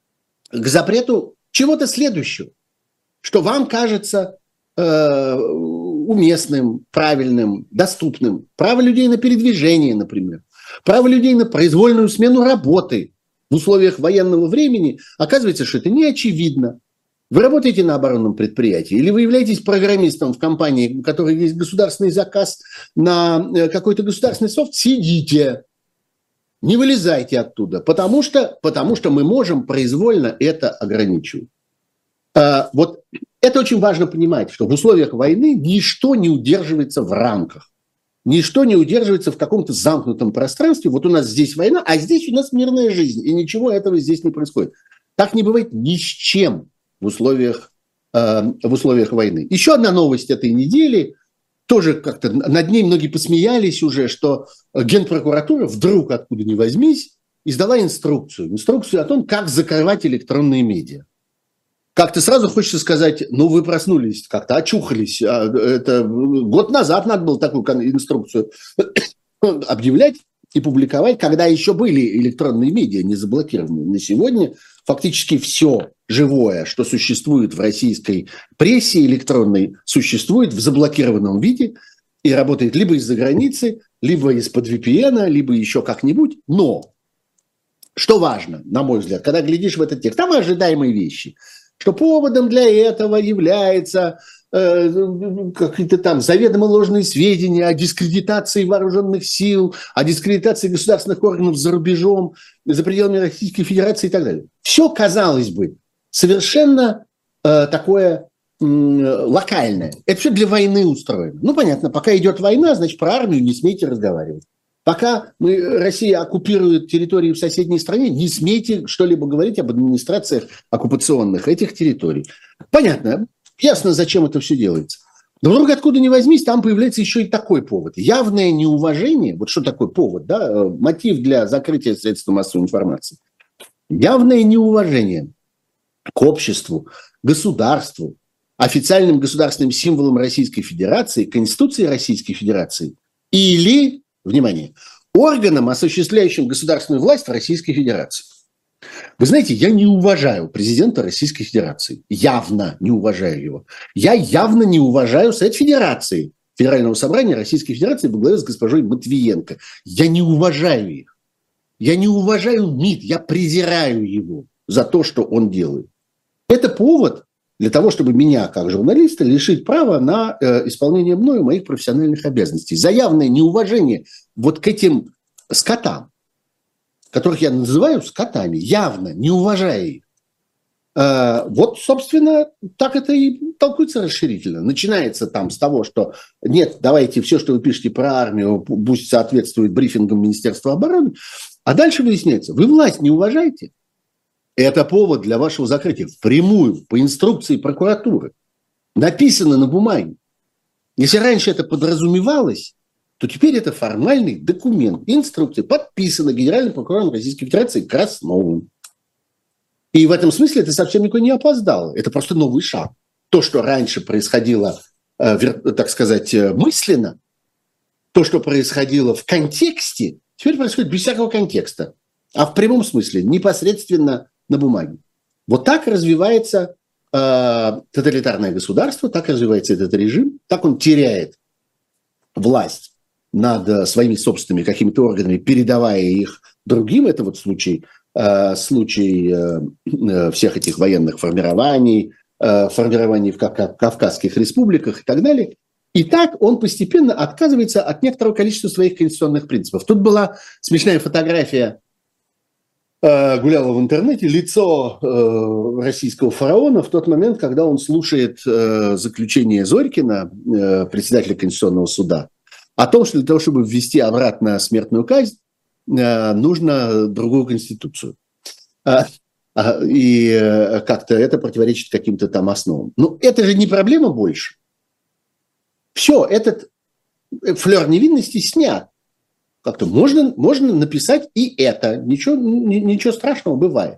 к запрету чего-то следующего, что вам кажется э, уместным, правильным, доступным. Право людей на передвижение, например. Право людей на произвольную смену работы в условиях военного времени. Оказывается, что это не очевидно. Вы работаете на оборонном предприятии или вы являетесь программистом в компании, у которой есть государственный заказ на какой-то государственный софт, сидите, не вылезайте оттуда, потому что, потому что мы можем произвольно это ограничивать. А, вот это очень важно понимать, что в условиях войны ничто не удерживается в рамках. Ничто не удерживается в каком-то замкнутом пространстве. Вот у нас здесь война, а здесь у нас мирная жизнь. И ничего этого здесь не происходит. Так не бывает ни с чем в условиях, э, в условиях войны. Еще одна новость этой недели. Тоже как-то над ней многие посмеялись уже, что Генпрокуратура вдруг, откуда ни возьмись, издала инструкцию. Инструкцию о том, как закрывать электронные медиа. Как-то сразу хочется сказать, ну вы проснулись, как-то очухались. Это год назад надо было такую инструкцию объявлять и публиковать, когда еще были электронные медиа не заблокированы. На сегодня фактически все живое, что существует в российской прессе электронной, существует в заблокированном виде и работает либо из-за границы, либо из-под ви пи эн, либо еще как-нибудь. Но, что важно, на мой взгляд, когда глядишь в этот текст, там ожидаемые вещи – что поводом для этого является э, какие-то там заведомо ложные сведения о дискредитации вооруженных сил, о дискредитации государственных органов за рубежом, за пределами Российской Федерации и так далее. Все, казалось бы, совершенно э, такое э, локальное. Это все для войны устроено. Ну, понятно, пока идет война, значит, про армию не смейте разговаривать. Пока мы, Россия оккупирует территории в соседней стране, не смейте что-либо говорить об администрациях оккупационных этих территорий. Понятно, ясно, зачем это все делается. Но вдруг откуда ни возьмись, там появляется еще и такой повод. Явное неуважение, вот что такое повод, да, мотив для закрытия средств массовой информации. Явное неуважение к обществу, государству, официальным государственным символам Российской Федерации, Конституции Российской Федерации или... Внимание, органом, осуществляющим государственную власть в Российской Федерации. Вы знаете, я не уважаю президента Российской Федерации. Явно не уважаю его. Я явно не уважаю Совет Федерации, Федерального собрания Российской Федерации во главе с госпожой Матвиенко. Я не уважаю их. Я не уважаю МИД. Я презираю его за то, что он делает. Это повод для того, чтобы меня, как журналиста, лишить права на э, исполнение мною моих профессиональных обязанностей. За явное неуважение вот к этим скотам, которых я называю скотами, явно не уважая их. Э, вот, собственно, так это и толкуется расширительно. Начинается там с того, что нет, давайте все, что вы пишете про армию, пусть соответствует брифингам Министерства обороны. А дальше выясняется, вы власть не уважаете. Это повод для вашего закрытия впрямую, по инструкции прокуратуры. Написано на бумаге. Если раньше это подразумевалось, то теперь это формальный документ, инструкция, подписана генеральным прокурором Российской Федерации Красновым. И в этом смысле это совсем никуда не опоздало. Это просто новый шаг. То, что раньше происходило, так сказать, мысленно, то, что происходило в контексте, теперь происходит без всякого контекста. А в прямом смысле непосредственно на бумаге. Вот так развивается э, тоталитарное государство, так развивается этот режим, так он теряет власть над э, своими собственными какими-то органами, передавая их другим. Это вот случай, э, случай э, э, всех этих военных формирований, э, формирований в Кав- Кавказских республиках и так далее. И так он постепенно отказывается от некоторого количества своих конституционных принципов. Тут была смешная фотография, гуляла в интернете, лицо э, российского фараона в тот момент, когда он слушает э, заключение Зорькина, э, председателя Конституционного суда, о том, что для того, чтобы ввести обратно смертную казнь, э, нужно другую конституцию. А, а, и э, как-то это противоречит каким-то там основам. Но это же не проблема больше. Все, этот флер невинности снят. Как-то можно, можно написать и это. Ничего, ничего страшного бывает.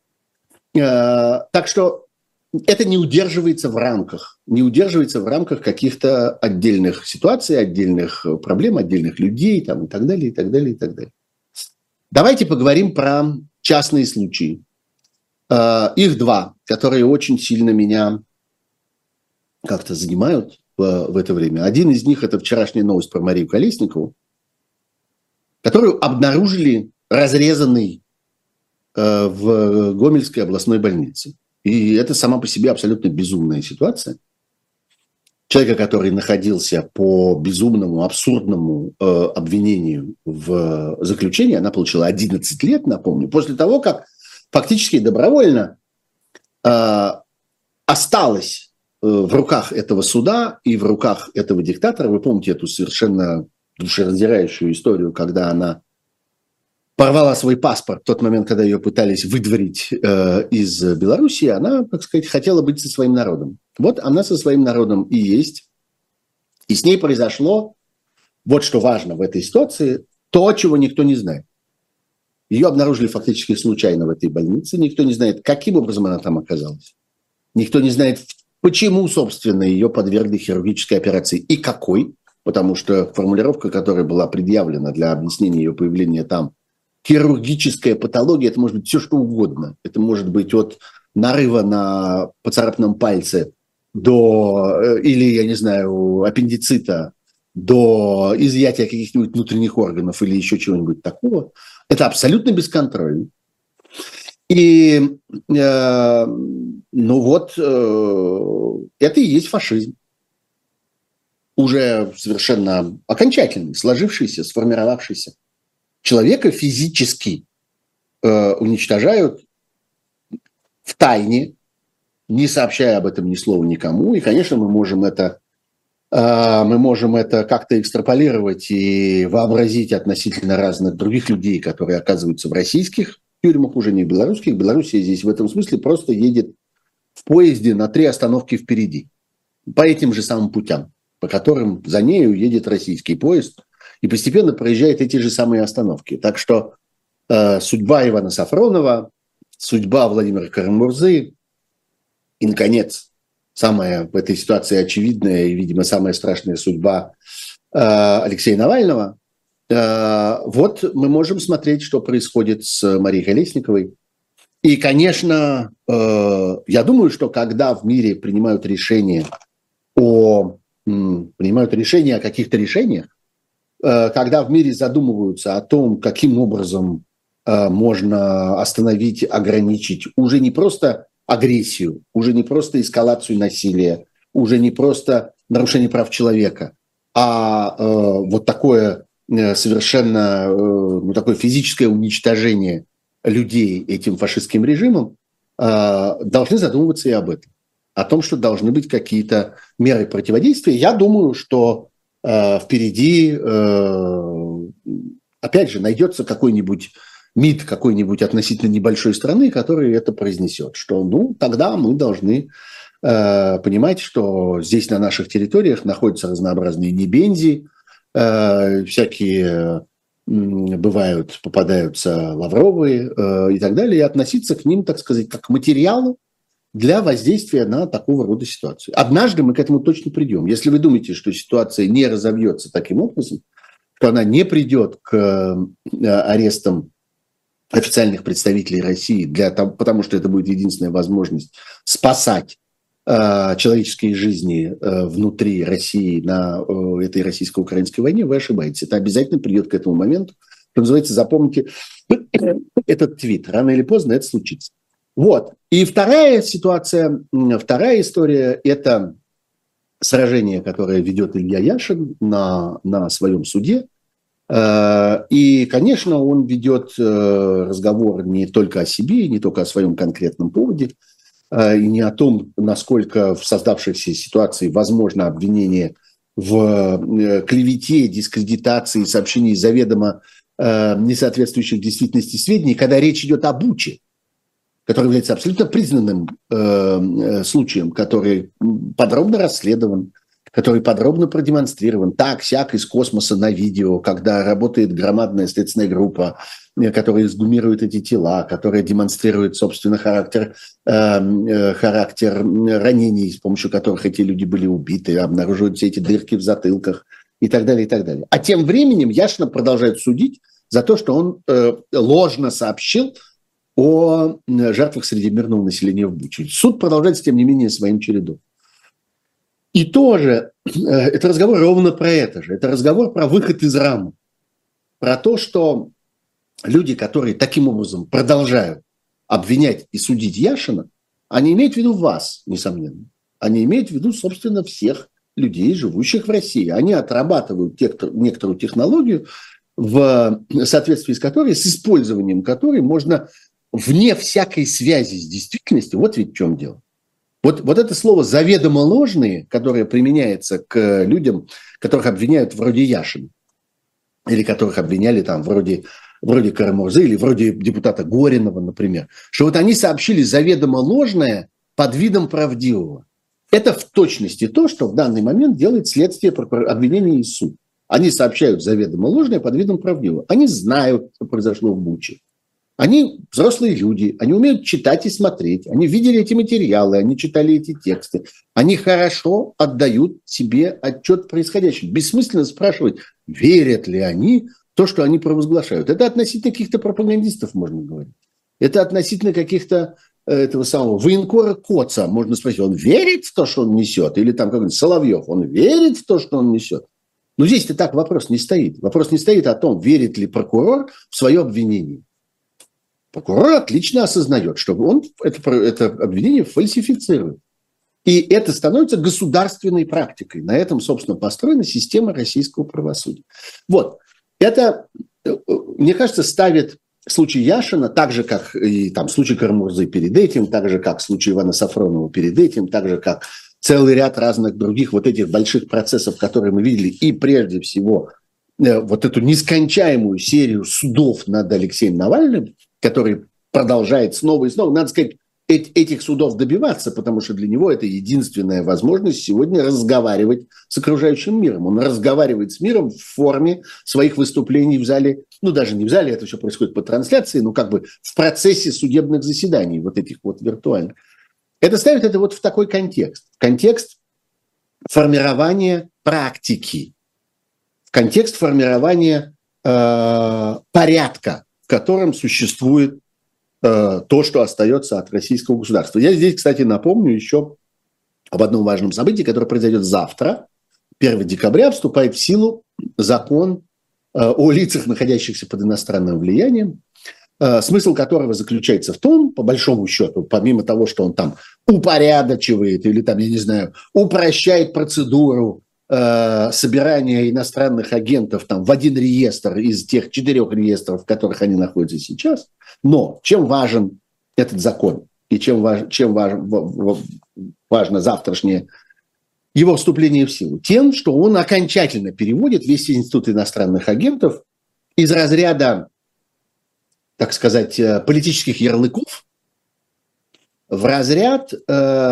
Так что это не удерживается в рамках. Не удерживается в рамках каких-то отдельных ситуаций, отдельных проблем, отдельных людей там, и так далее, и так далее, и так далее. Давайте поговорим про частные случаи. Их два, которые очень сильно меня как-то занимают в, в это время. Один из них – это вчерашняя новость про Марию Колесникову, которую обнаружили разрезанной э, в Гомельской областной больнице. И это сама по себе абсолютно безумная ситуация. Человека, который находился по безумному, абсурдному э, обвинению в заключении, она получила одиннадцать лет, напомню, после того, как фактически добровольно э, осталась э, в руках этого суда и в руках этого диктатора. Вы помните эту совершенно душераздирающую историю, когда она порвала свой паспорт в тот момент, когда ее пытались выдворить э, из Белоруссии, она, так сказать, хотела быть со своим народом. Вот она со своим народом и есть. И с ней произошло, вот что важно в этой ситуации, то, чего никто не знает. Ее обнаружили фактически случайно в этой больнице. Никто не знает, каким образом она там оказалась. Никто не знает, почему, собственно, ее подвергли хирургической операции и какой. Потому что формулировка, которая была предъявлена для объяснения ее появления там, хирургическая патология, это может быть все, что угодно. Это может быть от нарыва на поцарапанном пальце до, или, я не знаю, аппендицита, до изъятия каких-нибудь внутренних органов или еще чего-нибудь такого. Это абсолютно бесконтрольно. И, э, ну вот, э, это и есть фашизм. Уже совершенно окончательный, сложившийся, сформировавшийся. Человека физически э, уничтожают в тайне, не сообщая об этом ни слова никому. И, конечно, мы можем это, э, мы можем это как-то экстраполировать и вообразить относительно разных других людей, которые оказываются в российских тюрьмах, уже не в белорусских. Белоруссия здесь в этом смысле просто едет в поезде на три остановки впереди. По этим же самым путям, по которым за нею едет российский поезд и постепенно проезжает эти же самые остановки. Так что э, судьба Ивана Сафронова, судьба Владимира Карамурзы и, наконец, самая в этой ситуации очевидная и, видимо, самая страшная судьба э, Алексея Навального, э, вот мы можем смотреть, что происходит с Марией Колесниковой. И, конечно, э, я думаю, что когда в мире принимают решения о принимают решения о каких-то решениях, когда в мире задумываются о том, каким образом можно остановить, ограничить уже не просто агрессию, уже не просто эскалацию насилия, уже не просто нарушение прав человека, а вот такое совершенно ну, такое физическое уничтожение людей этим фашистским режимом, должны задумываться и об этом. О том, что должны быть какие-то меры противодействия. Я думаю, что э, впереди, э, опять же, найдется какой-нибудь МИД какой-нибудь относительно небольшой страны, который это произнесет. Что, ну, тогда мы должны э, понимать, что здесь на наших территориях находятся разнообразные небензи, э, всякие э, бывают, попадаются лавровые э, и так далее, и относиться к ним, так сказать, как к материалу для воздействия на такого рода ситуацию. Однажды мы к этому точно придем. Если вы думаете, что ситуация не разовьется таким образом, то она не придет к арестам официальных представителей России, для того, потому что это будет единственная возможность спасать э, человеческие жизни э, внутри России на э, этой российско-украинской войне, вы ошибаетесь. Это обязательно придет к этому моменту. Что называется, запомните этот твит. Рано или поздно это случится. Вот. И вторая ситуация, вторая история – это сражение, которое ведет Илья Яшин на, на своем суде. И, конечно, он ведет разговор не только о себе, не только о своем конкретном поводе, и не о том, насколько в создавшейся ситуации возможно обвинение в клевете, дискредитации, сообщении заведомо несоответствующих действительности сведений, когда речь идет о Буче, который является абсолютно признанным э, случаем, который подробно расследован, который подробно продемонстрирован так-сяк из космоса на видео, когда работает громадная следственная группа, которая эксгумирует эти тела, которая демонстрирует, собственно, характер, э, характер ранений, с помощью которых эти люди были убиты, обнаруживают все эти дырки в затылках и так далее, и так далее. А тем временем Яшина продолжает судить за то, что он э, ложно сообщил о жертвах среди мирного населения в Буче. Суд продолжается, тем не менее, своим чередом. И тоже э, это разговор ровно про это же. Это разговор про выход из рамок. Про то, что люди, которые таким образом продолжают обвинять и судить Яшина, они имеют в виду вас, несомненно. Они имеют в виду, собственно, всех людей, живущих в России. Они отрабатывают некоторую технологию, в соответствии с которой, с использованием которой можно вне всякой связи с действительностью, вот ведь в чем дело. Вот, вот это слово «заведомо ложные», которое применяется к людям, которых обвиняют вроде Яшина, или которых обвиняли там вроде, вроде Карамурзы, или вроде депутата Горинова, например, что вот они сообщили заведомо ложное под видом правдивого. Это в точности то, что в данный момент делает следствие, обвинение и суд. Они сообщают заведомо ложное под видом правдивого. Они знают, что произошло в Буче. Они взрослые люди, они умеют читать и смотреть, они видели эти материалы, они читали эти тексты. Они хорошо отдают себе отчет в происходящем. Бессмысленно спрашивать, верят ли они в то, что они провозглашают. Это относительно каких-то пропагандистов можно говорить. Это относительно каких-то этого самого военкора Коца. Можно спросить, он верит в то, что он несет? Или там какой-нибудь Соловьев, он верит в то, что он несет? Но здесь-то так вопрос не стоит. Вопрос не стоит о том, верит ли прокурор в свое обвинение. Прокурор отлично осознает, что он это, это обвинение фальсифицирует. И это становится государственной практикой. На этом, собственно, построена система российского правосудия. Вот. Это, мне кажется, ставит случай Яшина, так же, как и там, случай Карамурзы перед этим, так же, как случай Ивана Сафронова перед этим, так же, как целый ряд разных других вот этих больших процессов, которые мы видели, и прежде всего вот эту нескончаемую серию судов над Алексеем Навальным, который продолжает снова и снова, надо сказать, этих судов добиваться, потому что для него это единственная возможность сегодня разговаривать с окружающим миром. Он разговаривает с миром в форме своих выступлений в зале, ну даже не в зале, это все происходит по трансляции, но как бы в процессе судебных заседаний, вот этих вот виртуальных. Это ставит это вот в такой контекст. Контекст формирования практики, контекст формирования э, порядка, в котором существует э, то, что остается от российского государства. Я здесь, кстати, напомню еще об одном важном событии, которое произойдет завтра, первого декабря, вступает в силу закон э, о лицах, находящихся под иностранным влиянием, э, смысл которого заключается в том, по большому счету, помимо того, что он там упорядочивает или там, я не знаю, упрощает процедуру собирания иностранных агентов там, в один реестр из тех четырех реестров, в которых они находятся сейчас. Но чем важен этот закон и чем, важ, чем важ, важно завтрашнее его вступление в силу? Тем, что он окончательно переводит весь институт иностранных агентов из разряда, так сказать, политических ярлыков в разряд э,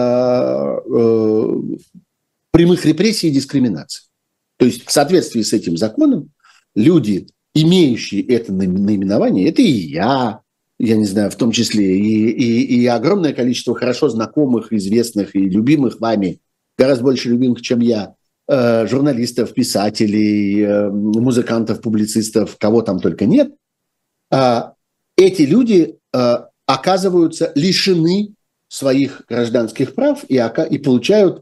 э, прямых репрессий и дискриминации. То есть в соответствии с этим законом люди, имеющие это наименование, это и я, я не знаю, в том числе, и, и, и огромное количество хорошо знакомых, известных и любимых вами, гораздо больше любимых, чем я, э, журналистов, писателей, э, музыкантов, публицистов, кого там только нет, э, эти люди э, оказываются лишены своих гражданских прав и, и получают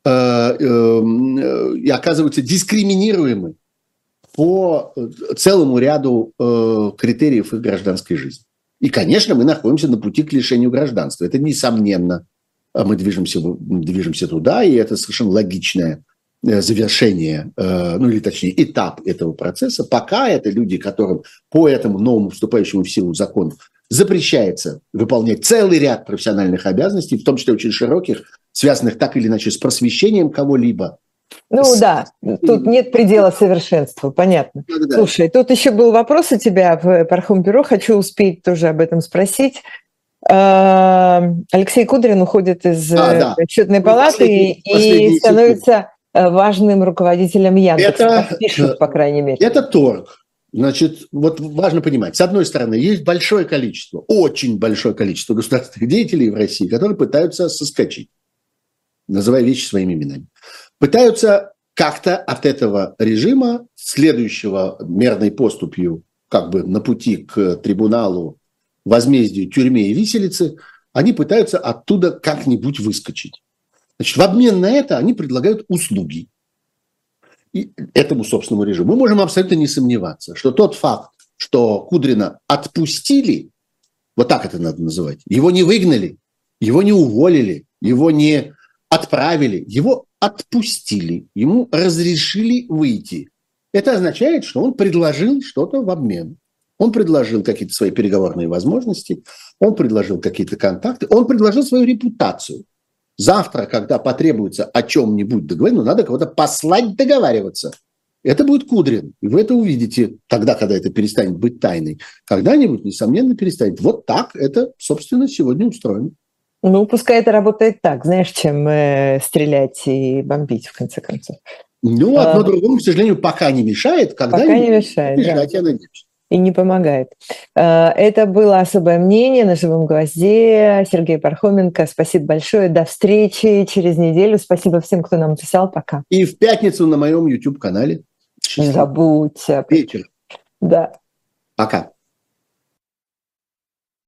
и оказываются дискриминируемы по целому ряду критериев их гражданской жизни. И, конечно, мы находимся на пути к лишению гражданства. Это несомненно. Мы движемся, движемся туда, и это совершенно логичное завершение, ну или точнее этап этого процесса. Пока это люди, которым по этому новому вступающему в силу закону запрещается выполнять целый ряд профессиональных обязанностей, в том числе очень широких, связанных так или иначе с просвещением кого-либо. Ну с... да, тут нет предела совершенства, понятно. Да, да. Слушай, тут еще был вопрос у тебя в Пархом-бюро, хочу успеть тоже об этом спросить. Алексей Кудрин уходит из а, да. Отчетной палаты последний, и последний становится секунд. важным руководителем Яндекса, Это, пишут, по крайней мере. Это торг. Значит, вот важно понимать, с одной стороны, есть большое количество, очень большое количество государственных деятелей в России, которые пытаются соскочить, называя вещи своими именами. Пытаются как-то от этого режима, следующего мерной поступью, как бы на пути к трибуналу, возмездию, тюрьме и виселице, они пытаются оттуда как-нибудь выскочить. Значит, в обмен на это они предлагают услуги и этому собственному режиму. Мы можем абсолютно не сомневаться, что тот факт, что Кудрина отпустили, вот так это надо называть, его не выгнали, его не уволили, его не отправили, его отпустили, ему разрешили выйти. Это означает, что он предложил что-то в обмен. Он предложил какие-то свои переговорные возможности, он предложил какие-то контакты, он предложил свою репутацию. Завтра, когда потребуется о чем-нибудь договориться, ну, надо кого-то послать договариваться. Это будет Кудрин. И вы это увидите тогда, когда это перестанет быть тайной. Когда-нибудь, несомненно, перестанет. Вот так это, собственно, сегодня устроено. Ну, пускай это работает так, знаешь, чем э, стрелять и бомбить, в конце концов. Ну, одно а, другому, к сожалению, пока не мешает. Пока не мешает, мешать, да. Я надеюсь. И не помогает. Это было особое мнение на «Живом гвозде». Сергей Пархоменко, спасибо большое. До встречи через неделю. Спасибо всем, кто нам писал. Пока. И в пятницу на моем YouTube-канале. Не забудьте. Вечер. Да. Пока.